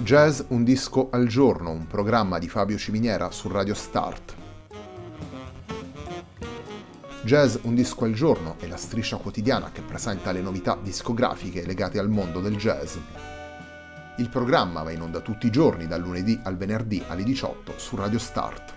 Jazz un disco al giorno, un programma di Fabio Ciminiera su Radio Start. Jazz un disco al giorno è la striscia quotidiana che presenta le novità discografiche legate al mondo del jazz. Il programma va in onda tutti i giorni dal lunedì al venerdì alle 18 su Radio Start.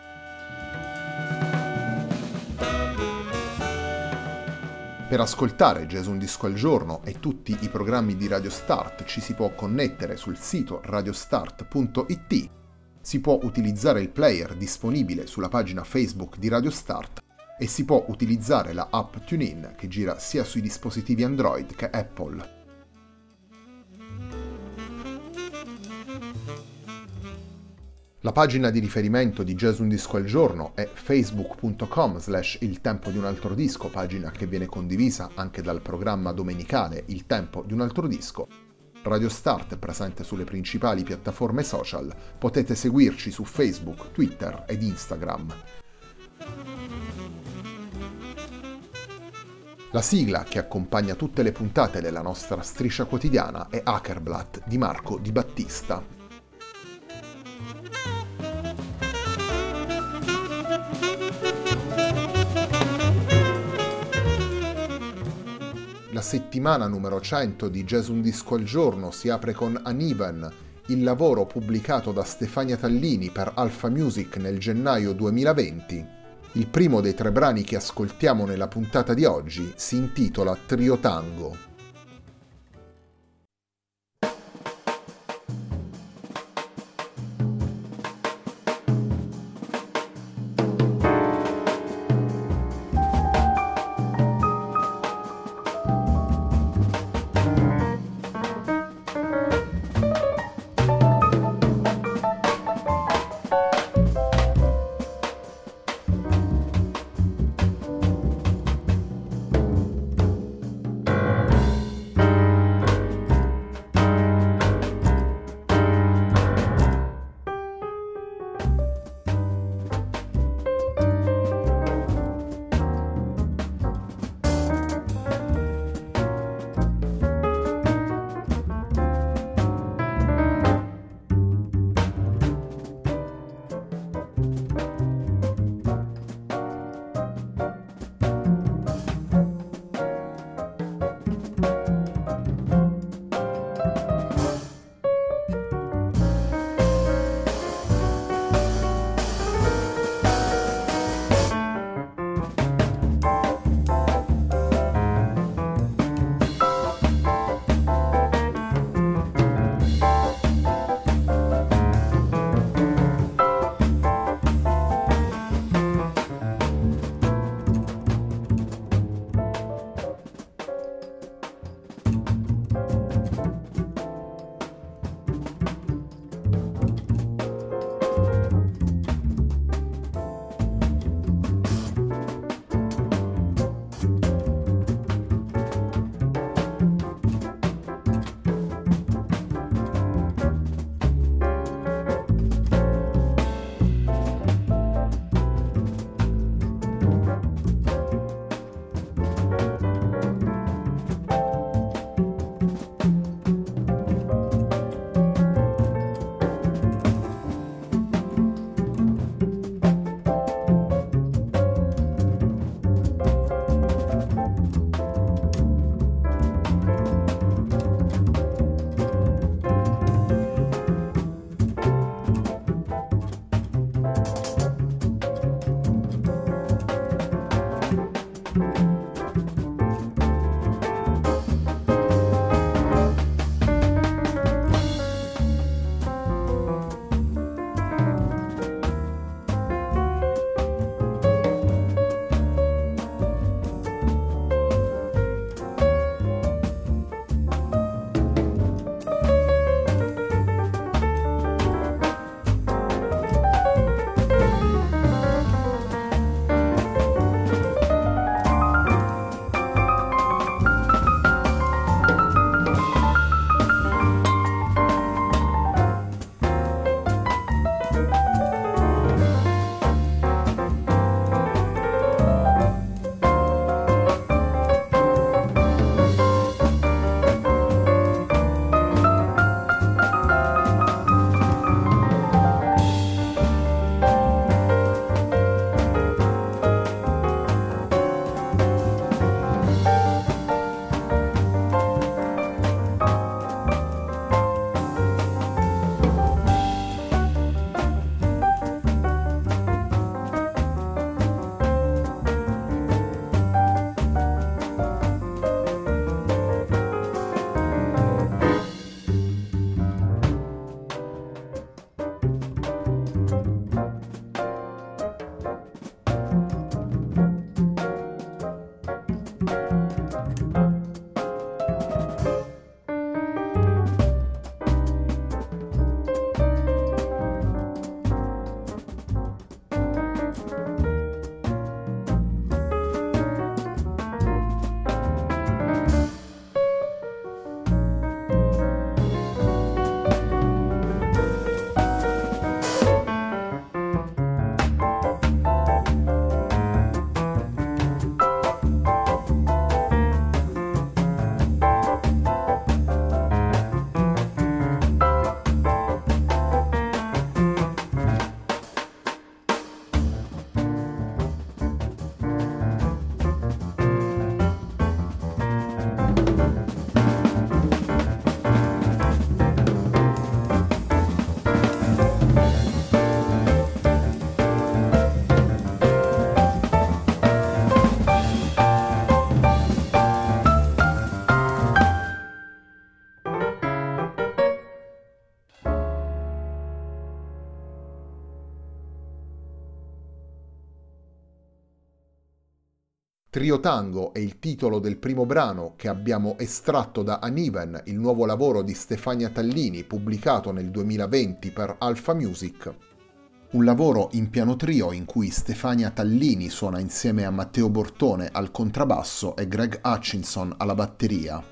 Per ascoltare Jazz un disco al giorno e tutti i programmi di Radio Start ci si può connettere sul sito radiostart.it, si può utilizzare il player disponibile sulla pagina Facebook di Radio Start e si può utilizzare la app TuneIn che gira sia sui dispositivi Android che Apple. La pagina di riferimento di Jazz un disco al giorno è facebook.com/Il tempo di un altro disco, pagina che viene condivisa anche dal programma domenicale Il tempo di un altro disco. Radio Start è presente sulle principali piattaforme social, potete seguirci su Facebook, Twitter ed Instagram. La sigla che accompagna tutte le puntate della nostra striscia quotidiana è Hackerblatt di Marco Di Battista. La settimana numero 100 di Jazz un disco al giorno si apre con Uneven, il lavoro pubblicato da Stefania Tallini per Alpha Music nel gennaio 2020. Il primo dei 3 brani che ascoltiamo nella puntata di oggi si intitola Trio Tango. Trio Tango è il titolo del primo brano che abbiamo estratto da Uneven, il nuovo lavoro di Stefania Tallini pubblicato nel 2020 per Alpha Music. Un lavoro in piano trio in cui Stefania Tallini suona insieme a Matteo Bortone al contrabbasso e Greg Hutchinson alla batteria.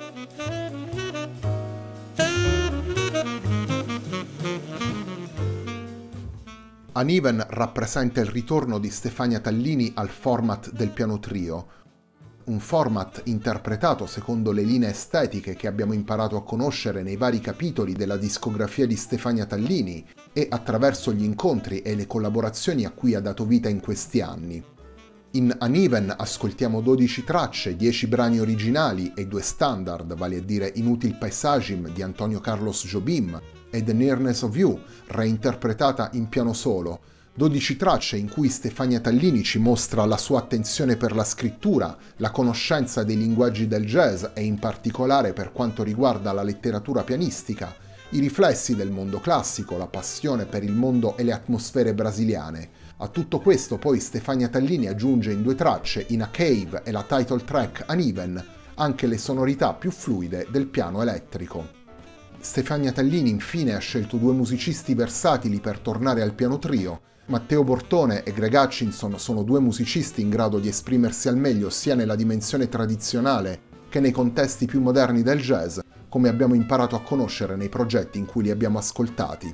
Uneven rappresenta il ritorno di Stefania Tallini al format del piano trio, un format interpretato secondo le linee estetiche che abbiamo imparato a conoscere nei vari capitoli della discografia di Stefania Tallini e attraverso gli incontri e le collaborazioni a cui ha dato vita in questi anni. In Uneven ascoltiamo 12 tracce, 10 brani originali e 2 standard, vale a dire Inutil Paysagem di Antonio Carlos Jobim e The Nearness of You, reinterpretata in piano solo, 12 tracce in cui Stefania Tallini ci mostra la sua attenzione per la scrittura, la conoscenza dei linguaggi del jazz e in particolare per quanto riguarda la letteratura pianistica, i riflessi del mondo classico, la passione per il mondo e le atmosfere brasiliane. A tutto questo poi Stefania Tallini aggiunge in 2 tracce, In a Cave e la title track Uneven, anche le sonorità più fluide del piano elettrico. Stefania Tallini infine ha scelto 2 musicisti versatili per tornare al piano trio. Matteo Bortone e Greg Hutchinson sono 2 musicisti in grado di esprimersi al meglio sia nella dimensione tradizionale che nei contesti più moderni del jazz, come abbiamo imparato a conoscere nei progetti in cui li abbiamo ascoltati.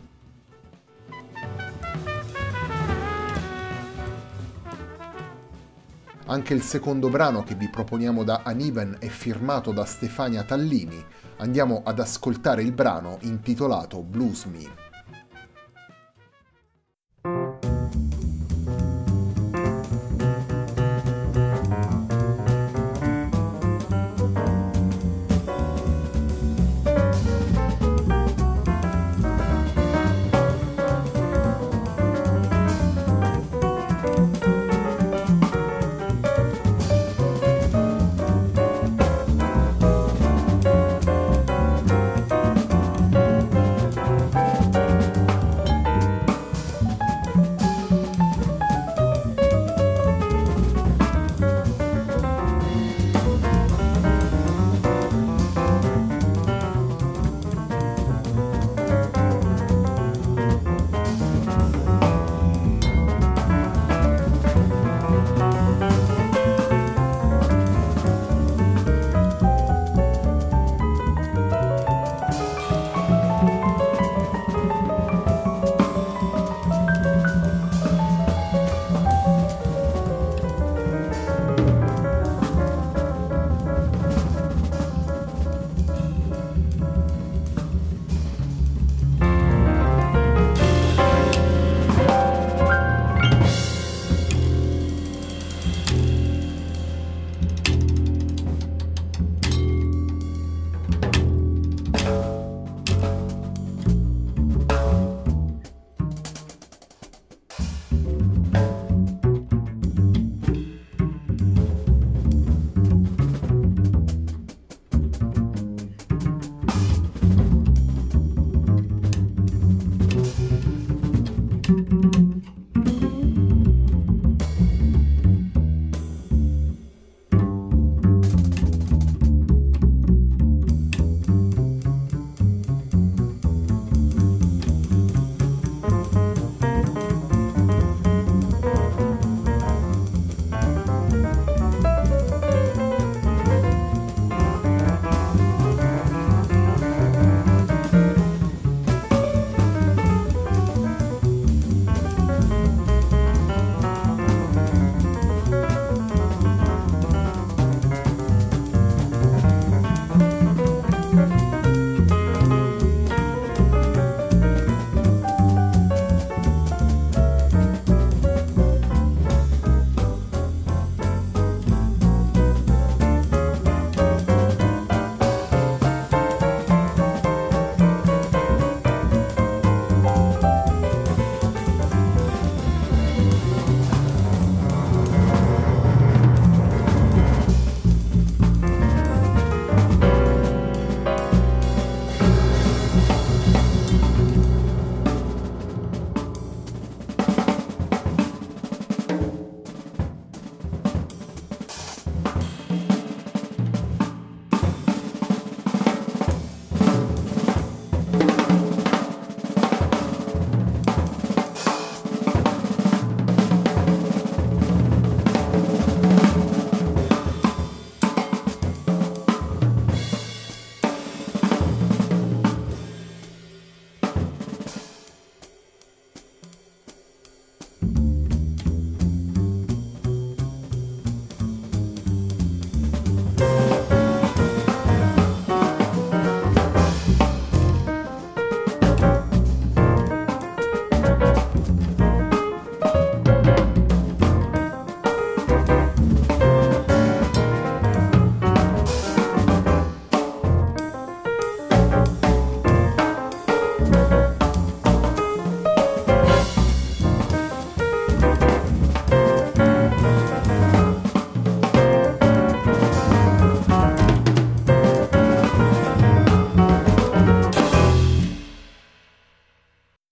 Anche il secondo brano che vi proponiamo da Uneven è firmato da Stefania Tallini. Andiamo ad ascoltare il brano intitolato Blues Me.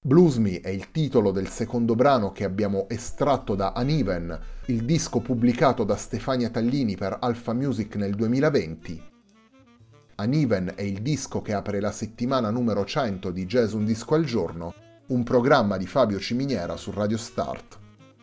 Blues Me è il titolo del secondo brano che abbiamo estratto da Uneven, il disco pubblicato da Stefania Tallini per Alpha Music nel 2020. Uneven è il disco che apre la settimana numero 100 di Jazz Un Disco al Giorno, un programma di Fabio Ciminiera su Radio Start.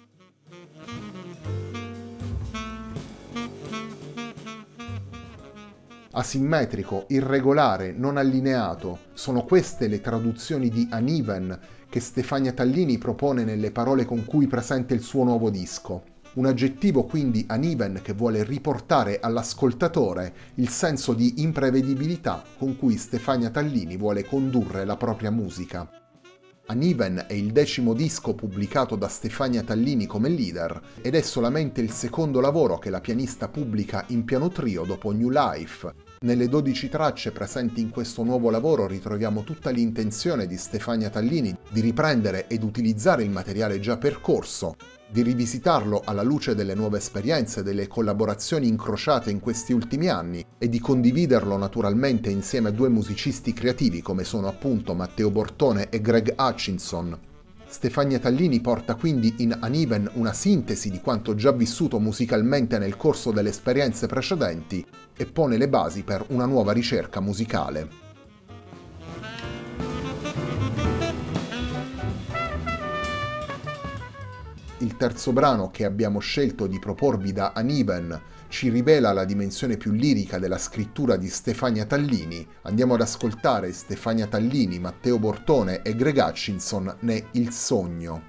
Asimmetrico, irregolare, non allineato, sono queste le traduzioni di uneven che Stefania Tallini propone nelle parole con cui presenta il suo nuovo disco. Un aggettivo quindi uneven che vuole riportare all'ascoltatore il senso di imprevedibilità con cui Stefania Tallini vuole condurre la propria musica. Uneven è il 10° disco pubblicato da Stefania Tallini come leader ed è solamente il secondo lavoro che la pianista pubblica in piano trio dopo New Life. Nelle 12 tracce presenti in questo nuovo lavoro ritroviamo tutta l'intenzione di Stefania Tallini di riprendere ed utilizzare il materiale già percorso, di rivisitarlo alla luce delle nuove esperienze e delle collaborazioni incrociate in questi ultimi anni e di condividerlo naturalmente insieme a due musicisti creativi come sono appunto Matteo Bortone e Greg Hutchinson. Stefania Tallini porta quindi in Uneven una sintesi di quanto già vissuto musicalmente nel corso delle esperienze precedenti e pone le basi per una nuova ricerca musicale. Il terzo brano che abbiamo scelto di proporvi da Uneven ci rivela la dimensione più lirica della scrittura di Stefania Tallini. Andiamo ad ascoltare Stefania Tallini, Matteo Bortone e Greg Hutchinson ne Il Sogno.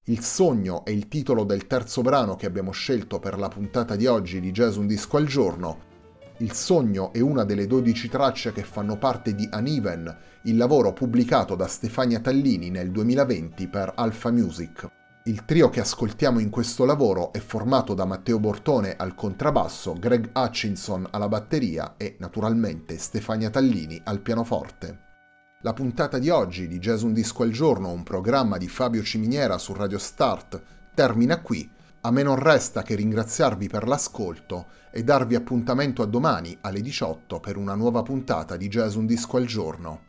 Il sogno è il titolo del terzo brano che abbiamo scelto per la puntata di oggi di Jazz Un Disco al Giorno. Il sogno è una delle 12 tracce che fanno parte di Uneven, il lavoro pubblicato da Stefania Tallini nel 2020 per Alpha Music. Il trio che ascoltiamo in questo lavoro è formato da Matteo Bortone al contrabbasso, Greg Hutchinson alla batteria e, naturalmente, Stefania Tallini al pianoforte. La puntata di oggi di Jazz Un Disco al Giorno, un programma di Fabio Ciminiera su Radio Start, termina qui. A me non resta che ringraziarvi per l'ascolto e darvi appuntamento a domani alle 18 per una nuova puntata di Jazz Un Disco al Giorno.